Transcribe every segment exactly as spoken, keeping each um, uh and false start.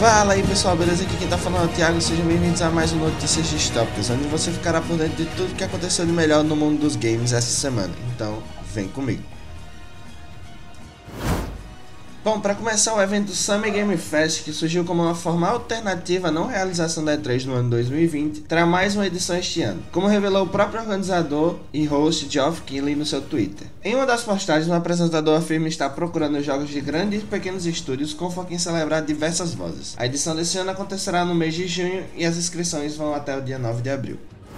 Fala aí pessoal, beleza? Aqui quem tá falando é o Thiago, sejam bem-vindos a mais um Notícias Distópicas, onde você ficará por dentro de tudo que aconteceu de melhor no mundo dos games essa semana. Então, vem comigo. Bom, para começar, o evento Summer Game Fest, que surgiu como uma forma alternativa à não realização da E três no ano dois mil e vinte, terá mais uma edição este ano, como revelou o próprio organizador e host Geoff Keighley no seu Twitter. Em uma das postagens, um apresentador afirma estar procurando jogos de grandes e pequenos estúdios com foco em celebrar diversas vozes. A edição desse ano acontecerá no mês de junho e as inscrições vão até o dia nove de abril.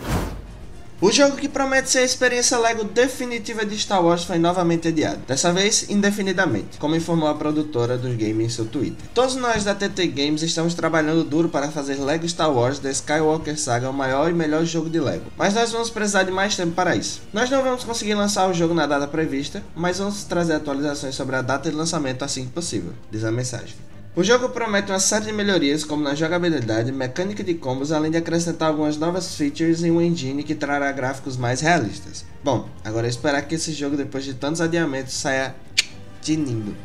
O jogo que promete ser a experiência Lego definitiva de Star Wars foi novamente adiado, dessa vez indefinidamente, como informou a produtora do game em seu Twitter. Todos nós da T T Games estamos trabalhando duro para fazer Lego Star Wars The Skywalker Saga o maior e melhor jogo de Lego, mas nós vamos precisar de mais tempo para isso. Nós não vamos conseguir lançar o jogo na data prevista, mas vamos trazer atualizações sobre a data de lançamento assim que possível, diz a mensagem. O jogo promete uma série de melhorias como na jogabilidade, mecânica de combos, além de acrescentar algumas novas features em uma engine que trará gráficos mais realistas. Bom, agora é esperar que esse jogo, depois de tantos adiamentos, saia tinindo.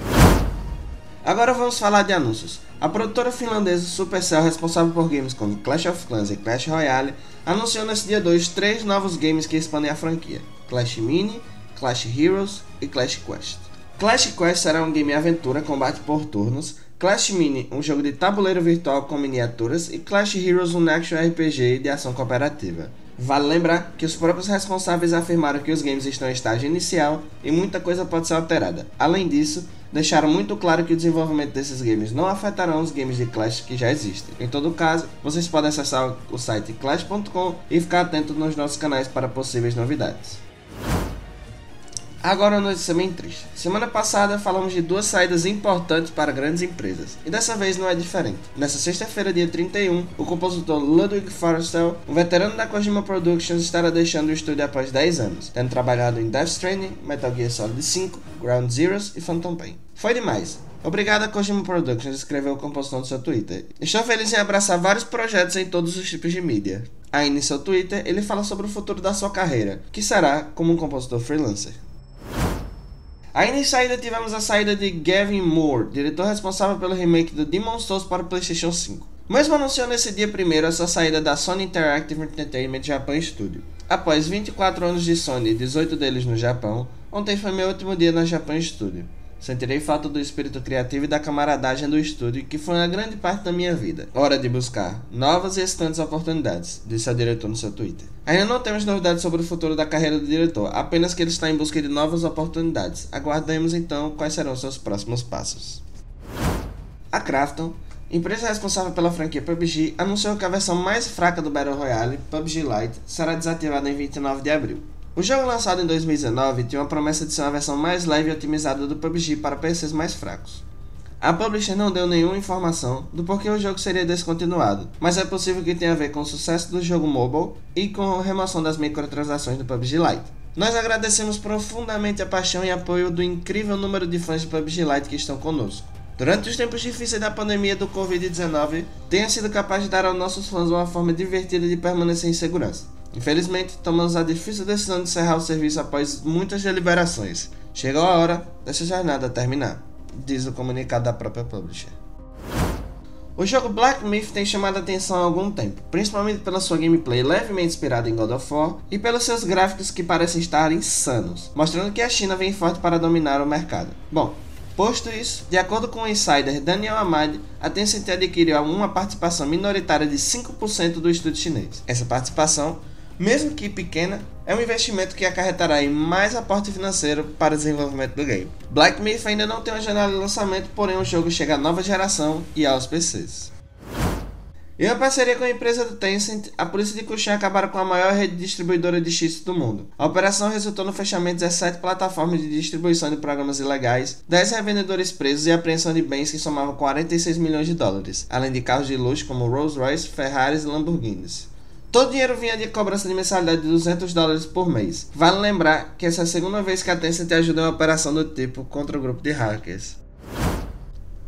Agora vamos falar de anúncios. A produtora finlandesa Supercell, responsável por games como Clash of Clans e Clash Royale, anunciou nesse dia dois três novos games que expandem a franquia: Clash Mini, Clash Heroes e Clash Quest. Clash Quest será um game aventura combate por turnos, Clash Mini um jogo de tabuleiro virtual com miniaturas e Clash Heroes um action R P G de ação cooperativa. Vale lembrar que os próprios responsáveis afirmaram que os games estão em estágio inicial e muita coisa pode ser alterada. Além disso, deixaram muito claro que o desenvolvimento desses games não afetarão os games de Clash que já existem. Em todo caso, vocês podem acessar o site clash ponto com e ficar atento nos nossos canais para possíveis novidades. Agora uma notícia bem triste. Semana passada falamos de duas saídas importantes para grandes empresas, e dessa vez não é diferente. Nessa sexta-feira, dia trinta e um, o compositor Ludwig Forstell, um veterano da Kojima Productions, estará deixando o estúdio após dez anos, tendo trabalhado em Death Stranding, Metal Gear Solid cinco, Ground Zeroes e Phantom Pain. Foi demais. Obrigado a Kojima Productions, escreveu o compositor no seu Twitter. Estou feliz em abraçar vários projetos em todos os tipos de mídia. Aí no seu Twitter, ele fala sobre o futuro da sua carreira, que será como um compositor freelancer. Ainda em saída tivemos a saída de Gavin Moore, diretor responsável pelo remake do Demon's Souls para o PlayStation cinco. Mesmo anunciou nesse dia primeiro a sua saída da Sony Interactive Entertainment Japan Studio. Após vinte e quatro anos de Sony e dezoito deles no Japão, ontem foi meu último dia na Japan Studio. Sentirei falta do espírito criativo e da camaradagem do estúdio, que foi uma grande parte da minha vida. Hora de buscar novas e excitantes oportunidades, disse o diretor no seu Twitter. Ainda não temos novidades sobre o futuro da carreira do diretor, apenas que ele está em busca de novas oportunidades. Aguardemos então quais serão seus próximos passos. A Krafton, empresa responsável pela franquia P U B G, anunciou que a versão mais fraca do Battle Royale, P U B G Lite, será desativada em vinte e nove de abril. O jogo lançado em dois mil e dezenove tinha uma promessa de ser uma versão mais leve e otimizada do P U B G para P Cs mais fracos. A publisher não deu nenhuma informação do porquê o jogo seria descontinuado, mas é possível que tenha a ver com o sucesso do jogo mobile e com a remoção das microtransações do P U B G Lite. Nós agradecemos profundamente a paixão e apoio do incrível número de fãs de P U B G Lite que estão conosco. Durante os tempos difíceis da pandemia do covid dezenove, tenha sido capaz de dar aos nossos fãs uma forma divertida de permanecer em segurança. Infelizmente, tomamos a difícil decisão de encerrar o serviço após muitas deliberações. Chegou a hora dessa jornada terminar, diz o comunicado da própria publisher. O jogo Black Myth tem chamado a atenção há algum tempo, principalmente pela sua gameplay levemente inspirada em God of War e pelos seus gráficos que parecem estar insanos, mostrando que a China vem forte para dominar o mercado. Bom, posto isso, de acordo com o insider Daniel Ahmad, a Tencent adquiriu uma participação minoritária de cinco por cento do estúdio chinês. Essa participação, mesmo que pequena, é um investimento que acarretará em mais aporte financeiro para o desenvolvimento do game. Black Myth ainda não tem uma janela de lançamento, porém o jogo chega à nova geração e aos P Cs. Em uma parceria com a empresa do Tencent, a polícia de Kushan acabaram com a maior rede distribuidora de cheats do mundo. A operação resultou no fechamento de dezessete plataformas de distribuição de programas ilegais, dez revendedores presos e apreensão de bens que somavam quarenta e seis milhões de dólares, além de carros de luxo como Rolls-Royce, Ferraris e Lamborghinis. Todo o dinheiro vinha de cobrança de mensalidade de duzentos dólares por mês. Vale lembrar que essa é a segunda vez que a Tencent ajuda em uma operação do tipo contra o grupo de hackers.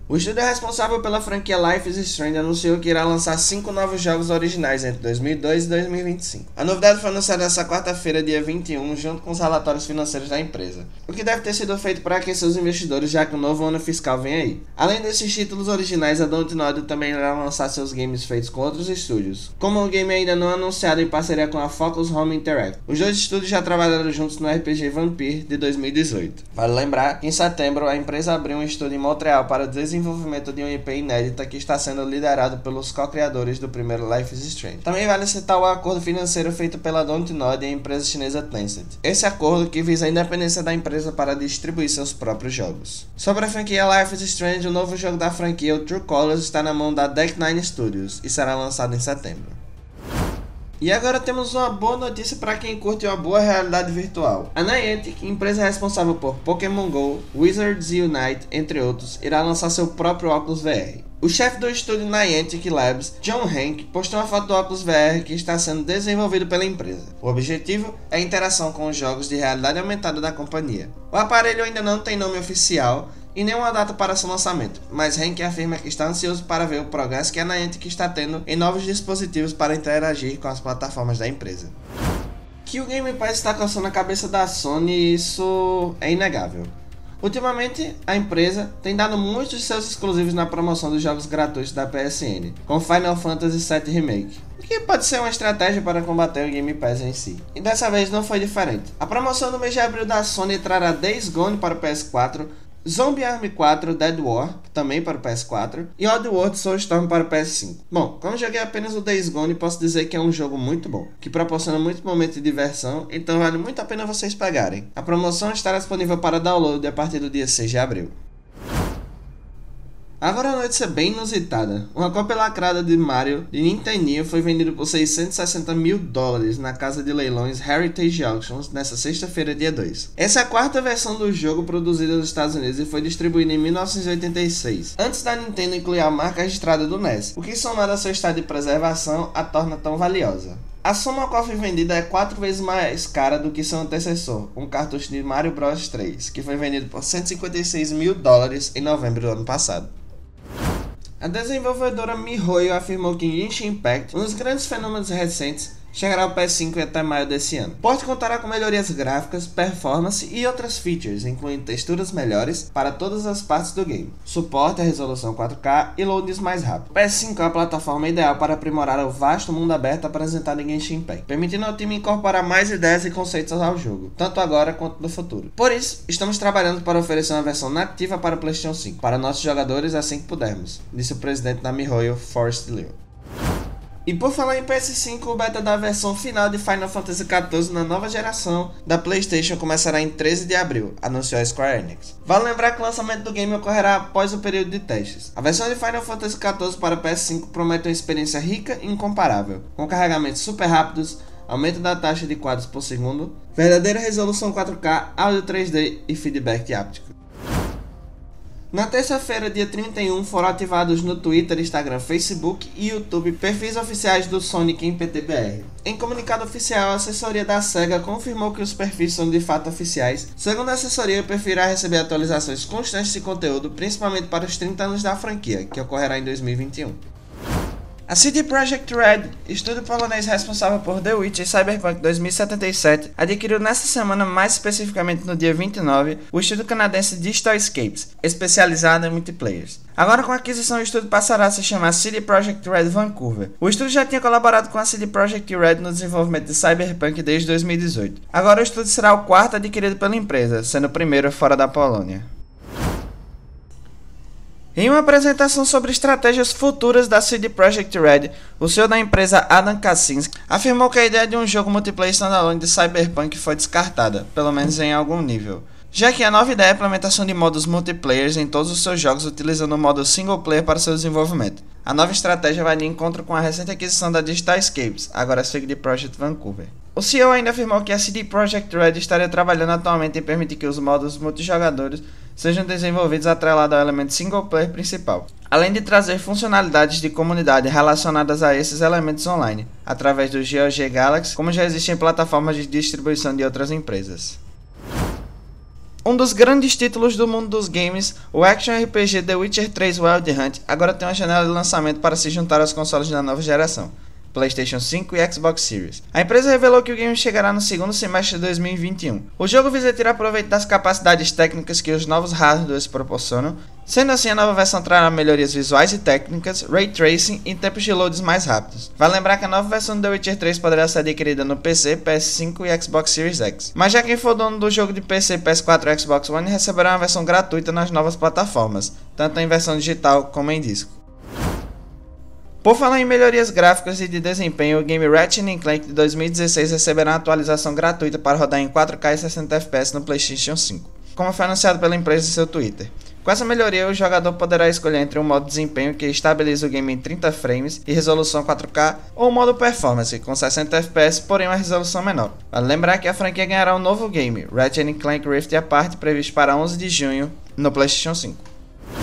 O estúdio responsável pela franquia Life is Strange anunciou que irá lançar cinco novos jogos originais entre dois mil e dois e dois mil e vinte e cinco. A novidade foi anunciada essa quarta-feira, dia vinte e um, junto com os relatórios financeiros da empresa, o que deve ter sido feito para aquecer os investidores, já que o novo ano fiscal vem aí. Além desses títulos originais, a Dontnod também irá lançar seus games feitos com outros estúdios, como o game ainda não anunciado em parceria com a Focus Home Interactive. Os dois estúdios já trabalharam juntos no R P G Vampire de dois mil e dezoito. Vale lembrar que em setembro a empresa abriu um estúdio em Montreal para o desenvolvimento de uma I P inédita que está sendo liderado pelos co-criadores do primeiro Life is Strange. Também vale citar o acordo financeiro feito pela Dontnod e a empresa chinesa Tencent. Esse acordo que visa a independência da empresa para distribuir seus próprios jogos. Sobre a franquia Life is Strange, o novo jogo da franquia, o True Colors, está na mão da Deck Nine Studios e será lançado em setembro. E agora temos uma boa notícia para quem curte uma boa realidade virtual. A Niantic, empresa responsável por Pokémon Go, Wizards Unite, entre outros, irá lançar seu próprio óculos V R. O chefe do estúdio Niantic Labs, John Hank, postou uma foto do óculos V R que está sendo desenvolvido pela empresa. O objetivo é a interação com os jogos de realidade aumentada da companhia. O aparelho ainda não tem nome oficial e nenhuma data para seu lançamento, mas Hank afirma que está ansioso para ver o progresso que a Niantic está tendo em novos dispositivos para interagir com as plataformas da empresa. Que o Game Pass está coçando a cabeça da Sony, isso é inegável. Ultimamente, a empresa tem dado muitos de seus exclusivos na promoção dos jogos gratuitos da P S N, com Final Fantasy sete Remake, o que pode ser uma estratégia para combater o Game Pass em si. E dessa vez não foi diferente. A promoção do mês de abril da Sony trará Days Gone para o P S quatro, Zombie Army quatro Dead War, também para o P S quatro, e Oddworld Soulstorm para o P S cinco. Bom, como joguei apenas o Days Gone, posso dizer que é um jogo muito bom, que proporciona muitos momentos de diversão, então vale muito a pena vocês pegarem. A promoção estará disponível para download a partir do dia seis de abril. Agora a notícia bem inusitada. Uma cópia lacrada de Mario de Nintendinho foi vendido por seiscentos e sessenta mil dólares na casa de leilões Heritage Auctions nesta sexta-feira, dia dois. Essa é a quarta versão do jogo produzida nos Estados Unidos e foi distribuída em mil novecentos e oitenta e seis, antes da Nintendo incluir a marca registrada do N E S, o que, somado ao seu estado de preservação, a torna tão valiosa. A soma a qual foi vendida é quatro vezes mais cara do que seu antecessor, um cartucho de Mario Bros três, que foi vendido por cento e cinquenta e seis mil dólares em novembro do ano passado. A desenvolvedora MiHoYo afirmou que Genshin Impact, um dos grandes fenômenos recentes, chegará ao P S cinco até maio desse ano. O porte contará com melhorias gráficas, performance e outras features, incluindo texturas melhores para todas as partes do game, suporte à resolução quatro K e loads mais rápido. O P S cinco é a plataforma ideal para aprimorar o vasto mundo aberto apresentado em Genshin Impact, permitindo ao time incorporar mais ideias e conceitos ao jogo, tanto agora quanto no futuro. Por isso, estamos trabalhando para oferecer uma versão nativa para o PlayStation cinco, para nossos jogadores assim que pudermos, disse o presidente da MiHoYo, Forrest Liu. E por falar em P S cinco, o beta da versão final de Final Fantasy quatorze na nova geração da PlayStation começará em treze de abril, anunciou a Square Enix. Vale lembrar que o lançamento do game ocorrerá após o período de testes. A versão de Final Fantasy quatorze para P S cinco promete uma experiência rica e incomparável, com carregamentos super rápidos, aumento da taxa de quadros por segundo, verdadeira resolução quatro K, áudio três D e feedback áptico. Na terça-feira, dia trinta e um, foram ativados no Twitter, Instagram, Facebook e YouTube perfis oficiais do Sonic em P T B R. Em comunicado oficial, a assessoria da SEGA confirmou que os perfis são de fato oficiais. Segundo a assessoria, o perfil irá receber atualizações constantes de conteúdo, principalmente para os trinta anos da franquia, que ocorrerá em dois mil e vinte e um. A C D Projekt Red, estúdio polonês responsável por The Witcher e Cyberpunk dois mil e setenta e sete, adquiriu nesta semana, mais especificamente no dia vinte e nove, o estúdio canadense Digital Escapes, especializado em multiplayers. Agora, com a aquisição, o estúdio passará a se chamar C D Projekt Red Vancouver. O estúdio já tinha colaborado com a C D Projekt Red no desenvolvimento de Cyberpunk desde dois mil e dezoito. Agora o estúdio será o quarto adquirido pela empresa, sendo o primeiro fora da Polônia. Em uma apresentação sobre estratégias futuras da C D Projekt Red, o C E O da empresa Adam Kaczynski afirmou que a ideia de um jogo multiplayer standalone de Cyberpunk foi descartada, pelo menos em algum nível, já que a nova ideia é a implementação de modos multiplayer em todos os seus jogos utilizando o modo single player para seu desenvolvimento. A nova estratégia vai de encontro com a recente aquisição da Digital Escapes, agora a C D Projekt Vancouver. O C E O ainda afirmou que a C D Projekt Red estaria trabalhando atualmente em permitir que os modos multijogadores sejam desenvolvidos atrelados ao elemento single player principal, além de trazer funcionalidades de comunidade relacionadas a esses elementos online, através do G O G Galaxy, como já existe em plataformas de distribuição de outras empresas. Um dos grandes títulos do mundo dos games, o action R P G The Witcher três Wild Hunt, agora tem uma janela de lançamento para se juntar aos consoles da nova geração, PlayStation cinco e Xbox Series. A empresa revelou que o game chegará no segundo semestre de dois mil e vinte e um. O jogo visa tirar proveito das capacidades técnicas que os novos hardwares proporcionam, sendo assim a nova versão trará melhorias visuais e técnicas, ray tracing e tempos de loads mais rápidos. Vale lembrar que a nova versão do The Witcher três poderá ser adquirida no P C, P S cinco e Xbox Series X. Mas já quem for dono do jogo de P C, P S quatro e Xbox One receberá uma versão gratuita nas novas plataformas, tanto em versão digital como em disco. Por falar em melhorias gráficas e de desempenho, o game Ratchet and Clank de dois mil e dezesseis receberá uma atualização gratuita para rodar em quatro K e sessenta F P S no PlayStation cinco, como foi anunciado pela empresa em seu Twitter. Com essa melhoria, o jogador poderá escolher entre um modo desempenho que estabiliza o game em trinta frames e resolução quatro K, ou o modo performance com sessenta F P S, porém uma resolução menor. Vale lembrar que a franquia ganhará um novo game, Ratchet and Clank Rift Apart, previsto para onze de junho no PlayStation cinco.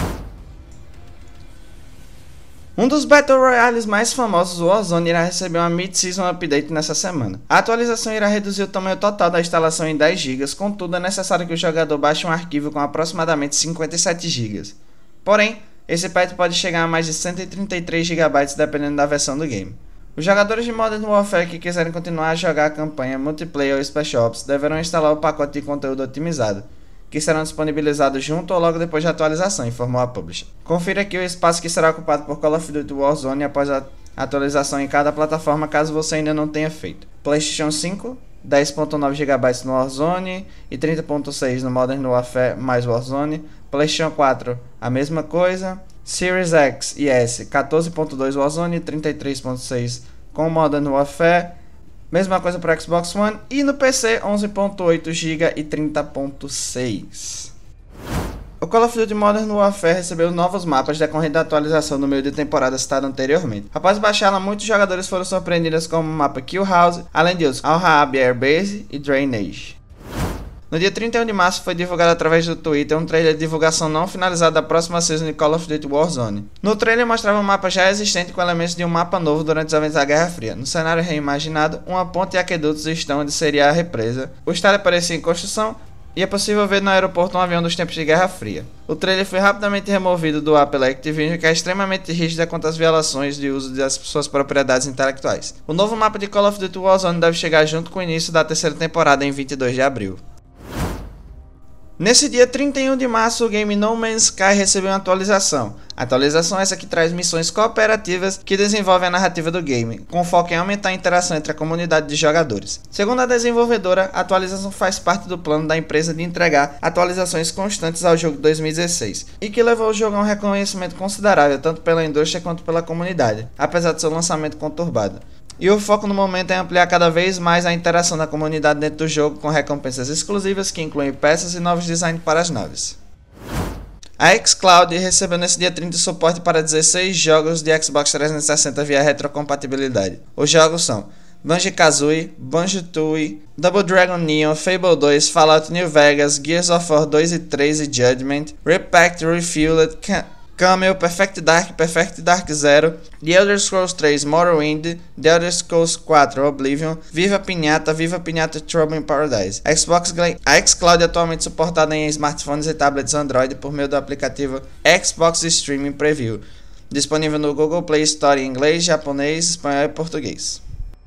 Um dos Battle Royales mais famosos, o Warzone, irá receber uma Mid-Season Update nessa semana. A atualização irá reduzir o tamanho total da instalação em dez gigas, contudo é necessário que o jogador baixe um arquivo com aproximadamente cinquenta e sete gigas. Porém, esse patch pode chegar a mais de cento e trinta e três gigabytes dependendo da versão do game. Os jogadores de Modern Warfare que quiserem continuar a jogar a campanha Multiplayer ou Special Ops deverão instalar o pacote de conteúdo otimizado, que serão disponibilizados junto ou logo depois da atualização, informou a publisher. Confira aqui o espaço que será ocupado por Call of Duty Warzone após a atualização em cada plataforma, caso você ainda não tenha feito. PlayStation cinco, dez vírgula nove gigabytes no Warzone e trinta vírgula seis no Modern Warfare mais Warzone. PlayStation quatro, a mesma coisa. Series X e S, quatorze vírgula dois Warzone e trinta e três vírgula seis com Modern Warfare. Mesma coisa para Xbox One e no P C onze vírgula oito gigabytes e trinta vírgula seis. O Call of Duty Modern Warfare recebeu novos mapas decorrente da atualização no meio de temporada citada anteriormente. Após baixá-la, muitos jogadores foram surpreendidos com o mapa Kill House, além de os Al-Raab Air Base e Drainage. No dia trinta e um de março foi divulgado através do Twitter um trailer de divulgação não finalizado da próxima season de Call of Duty Warzone. No trailer mostrava um mapa já existente com elementos de um mapa novo durante os eventos da Guerra Fria. No cenário reimaginado, uma ponte e aquedutos estão onde seria a represa. O estádio aparecia em construção e é possível ver no aeroporto um avião dos tempos de Guerra Fria. O trailer foi rapidamente removido do ar pela Activision, que é extremamente rígida quanto às violações de uso das suas propriedades intelectuais. O novo mapa de Call of Duty Warzone deve chegar junto com o início da terceira temporada em vinte e dois de abril. Nesse dia trinta e um de março, o game No Man's Sky recebeu uma atualização. A atualização é essa que traz missões cooperativas que desenvolvem a narrativa do game, com foco em aumentar a interação entre a comunidade de jogadores. Segundo a desenvolvedora, a atualização faz parte do plano da empresa de entregar atualizações constantes ao jogo de dois mil e dezesseis, e que levou o jogo a um reconhecimento considerável tanto pela indústria quanto pela comunidade, apesar de seu lançamento conturbado. E o foco no momento é ampliar cada vez mais a interação da comunidade dentro do jogo com recompensas exclusivas que incluem peças e novos designs para as naves. A xCloud recebeu nesse dia trinta suporte para dezesseis jogos de Xbox trezentos e sessenta via retrocompatibilidade. Os jogos são Banjo-Kazooie, Banjo-Tooie, Double Dragon Neon, Fable dois, Fallout New Vegas, Gears of War dois e três e Judgment, Repacked, Refueled, Camel, Perfect Dark, Perfect Dark Zero, The Elder Scrolls três, Morrowind, The Elder Scrolls quatro, Oblivion, Viva Pinhata, Viva Pinhata Trouble in Paradise. Xbox, a xCloud é atualmente suportada em smartphones e tablets Android por meio do aplicativo Xbox Streaming Preview, disponível no Google Play Store em inglês, japonês, espanhol e português.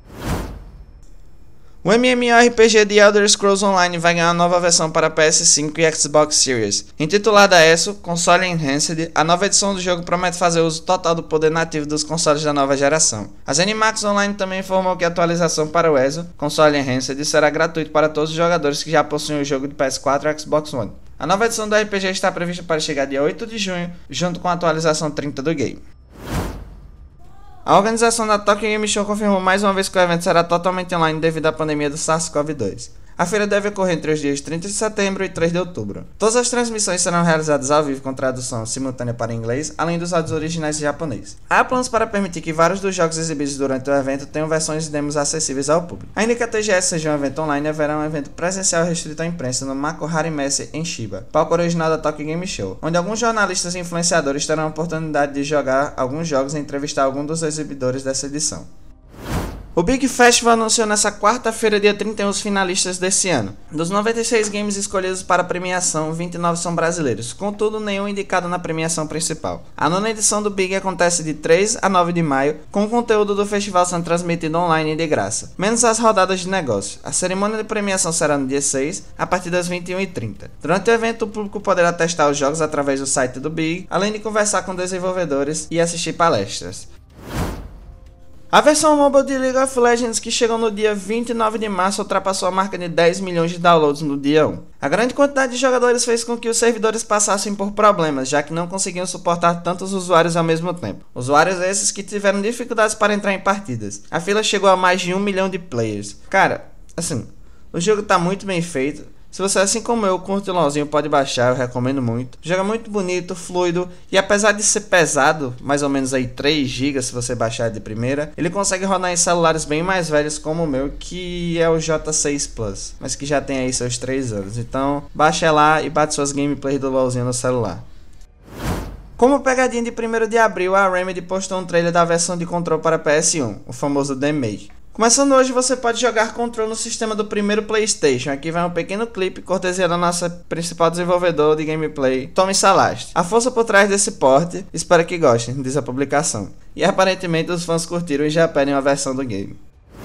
O MMORPG The Elder Scrolls Online vai ganhar uma nova versão para P S cinco e Xbox Series. Intitulada ESO, Console Enhanced, a nova edição do jogo promete fazer uso total do poder nativo dos consoles da nova geração. A ZeniMax Online também informou que a atualização para o ESO, Console Enhanced, será gratuita para todos os jogadores que já possuem o jogo de P S quatro e Xbox One. A nova edição do R P G está prevista para chegar dia oito de junho, junto com a atualização trinta do game. A organização da Tokyo Game Show confirmou mais uma vez que o evento será totalmente online devido à pandemia do SARS-CoV dois. A feira deve ocorrer entre os dias trinta de setembro e três de outubro. Todas as transmissões serão realizadas ao vivo com tradução simultânea para inglês, além dos áudios originais em japonês. Há planos para permitir que vários dos jogos exibidos durante o evento tenham versões de demos acessíveis ao público. Ainda que a T G S seja um evento online, haverá um evento presencial restrito à imprensa no Makuhari Messe em Shiba, palco original da Tokyo Game Show, onde alguns jornalistas e influenciadores terão a oportunidade de jogar alguns jogos e entrevistar alguns dos exibidores dessa edição. O Big Festival anunciou nessa quarta-feira, dia trinta e um, os finalistas desse ano. Dos noventa e seis games escolhidos para a premiação, vinte e nove são brasileiros, contudo nenhum indicado na premiação principal. A nona edição do Big acontece de três a nove de maio, com o conteúdo do festival sendo transmitido online e de graça, menos as rodadas de negócio. A cerimônia de premiação será no dia seis, a partir das vinte e uma e trinta. Durante o evento, o público poderá testar os jogos através do site do Big, além de conversar com desenvolvedores e assistir palestras. A versão mobile de League of Legends, que chegou no dia vinte e nove de março, ultrapassou a marca de dez milhões de downloads no dia um. A grande quantidade de jogadores fez com que os servidores passassem por problemas, já que não conseguiam suportar tantos usuários ao mesmo tempo. Usuários esses que tiveram dificuldades para entrar em partidas. A fila chegou a mais de um milhão de players. Cara, assim, o jogo tá muito bem feito. Se você, assim como eu, curte o LoLzinho, pode baixar, eu recomendo muito. O jogo é muito bonito, fluido, e apesar de ser pesado, mais ou menos aí três gigas se você baixar de primeira, ele consegue rodar em celulares bem mais velhos como o meu, que é o J seis Plus, mas que já tem aí seus três anos. Então, baixa lá e bate suas gameplays do LoLzinho no celular. Como pegadinha de primeiro de abril, a Remedy postou um trailer da versão de Control para P S um, o famoso Damage. Começando hoje, você pode jogar Control no sistema do primeiro PlayStation. Aqui vai um pequeno clipe, cortesia da nossa principal desenvolvedor de gameplay, Tommy Salast. A força por trás desse porte, espero que gostem, diz a publicação. E aparentemente os fãs curtiram e já pedem uma versão do game.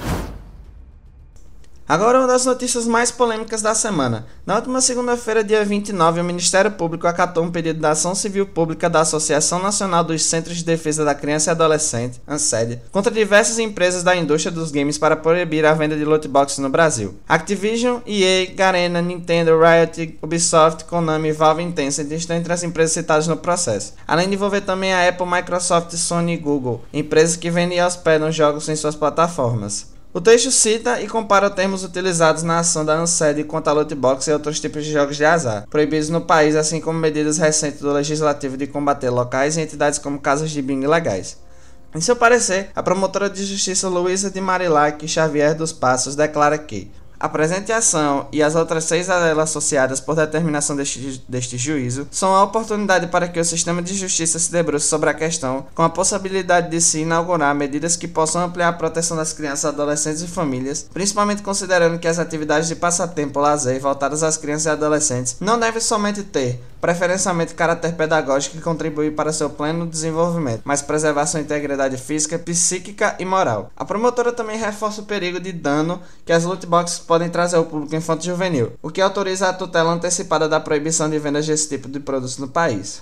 Agora uma das notícias mais polêmicas da semana. Na última segunda-feira, dia vinte e nove, o Ministério Público acatou um pedido da Ação Civil Pública da Associação Nacional dos Centros de Defesa da Criança e Adolescente, ANSED, contra diversas empresas da indústria dos games para proibir a venda de loot boxes no Brasil. Activision, E A, Garena, Nintendo, Riot, Ubisoft, Konami, Valve e Tencent estão entre as empresas citadas no processo, além de envolver também a Apple, Microsoft, Sony e Google, empresas que vendem e hospedam jogos em suas plataformas. O texto cita e compara termos utilizados na ação da ANSED quanto a loot box e outros tipos de jogos de azar, proibidos no país, assim como medidas recentes do Legislativo de combater locais e entidades como casas de bingo ilegais. Em seu parecer, a promotora de justiça Luísa de Marilac Xavier dos Passos declara que a presente ação e as outras seis a ela associadas por determinação deste, deste juízo são a oportunidade para que o sistema de justiça se debruce sobre a questão, com a possibilidade de se inaugurar medidas que possam ampliar a proteção das crianças, adolescentes e famílias, principalmente considerando que as atividades de passatempo ou lazer voltadas às crianças e adolescentes não devem somente ter, preferencialmente, caráter pedagógico que contribui para seu pleno desenvolvimento, mas preservar sua integridade física, psíquica e moral. A promotora também reforça o perigo de dano que as loot boxes podem trazer ao público infanto-juvenil, o que autoriza a tutela antecipada da proibição de vendas desse tipo de produtos no país.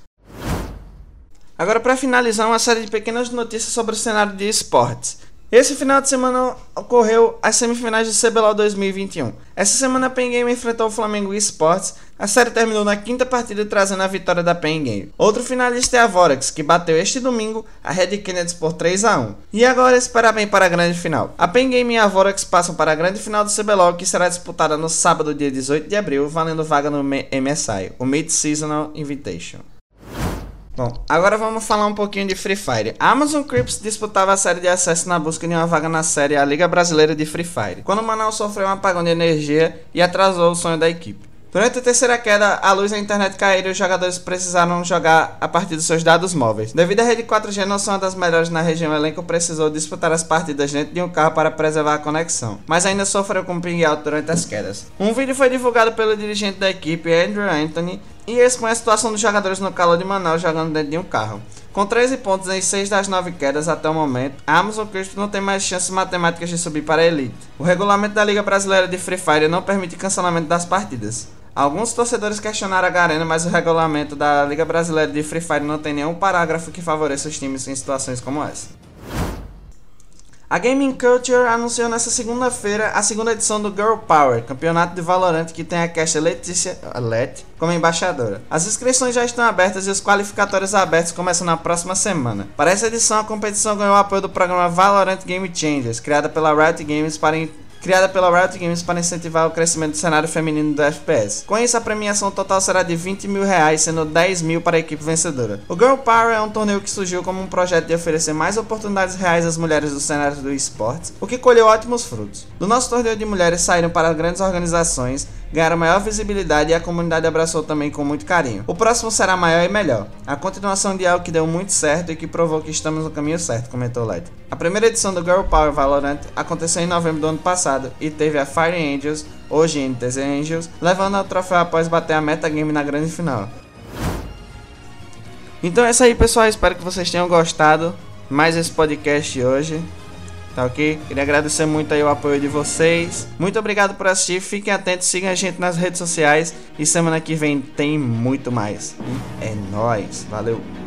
Agora, para finalizar, uma série de pequenas notícias sobre o cenário de esportes. Esse final de semana ocorreu as semifinais do C B L O L dois mil e vinte e um. Essa semana a Pen Game enfrentou o Flamengo Esportes. A série terminou na quinta partida trazendo a vitória da Pen Game. Outro finalista é a Vorax, que bateu este domingo a Red Kennedy por três a um. E agora esperar bem para a grande final. A Pen Game e a Vorax passam para a grande final do C B L O L, que será disputada no sábado, dia dezoito de abril, valendo vaga no M S I, o Mid-Seasonal Invitation. Bom, agora vamos falar um pouquinho de Free Fire. A Amazon Crips disputava a série de acesso na busca de uma vaga na série A Liga Brasileira de Free Fire, quando o Manaus sofreu um apagão de energia e atrasou o sonho da equipe. Durante a terceira queda, a luz da internet caiu e os jogadores precisaram jogar a partir dos seus dados móveis. Devido à rede quatro G não ser uma das melhores na região, o elenco precisou disputar as partidas dentro de um carro para preservar a conexão, mas ainda sofreu com ping alto durante as quedas. Um vídeo foi divulgado pelo dirigente da equipe, Andrew Anthony, e expõe a situação dos jogadores no calor de Manaus jogando dentro de um carro. Com treze pontos em seis das nove quedas até o momento, a Amazon Crips não tem mais chances matemáticas de subir para a Elite. O regulamento da Liga Brasileira de Free Fire não permite cancelamento das partidas. Alguns torcedores questionaram a Garena, mas o regulamento da Liga Brasileira de Free Fire não tem nenhum parágrafo que favoreça os times em situações como essa. A Gaming Culture anunciou nesta segunda-feira a segunda edição do Girl Power, campeonato de Valorant que tem a caster Letícia Let como embaixadora. As inscrições já estão abertas e os qualificatórios abertos começam na próxima semana. Para essa edição, a competição ganhou o apoio do programa Valorant Game Changers, criada pela Riot Games para criada pela Riot Games para incentivar o crescimento do cenário feminino do F P S. Com isso, a premiação total será de vinte mil reais, sendo dez mil para a equipe vencedora. O Girl Power é um torneio que surgiu como um projeto de oferecer mais oportunidades reais às mulheres do cenário do esportes, o que colheu ótimos frutos. Do nosso torneio de mulheres saíram para grandes organizações, ganharam maior visibilidade e a comunidade abraçou também com muito carinho. O próximo será maior e melhor, a continuação de algo que deu muito certo e que provou que estamos no caminho certo, comentou L E D. A primeira edição do Girl Power Valorant aconteceu em novembro do ano passado e teve a Fire Angels, hoje N T Z Angels, levando ao troféu após bater a metagame na grande final. Então é isso aí, pessoal, espero que vocês tenham gostado mais esse podcast hoje. Tá ok? Queria agradecer muito aí o apoio de vocês. Muito obrigado por assistir. Fiquem atentos, sigam a gente nas redes sociais. E semana que vem tem muito mais. E é nóis. Valeu!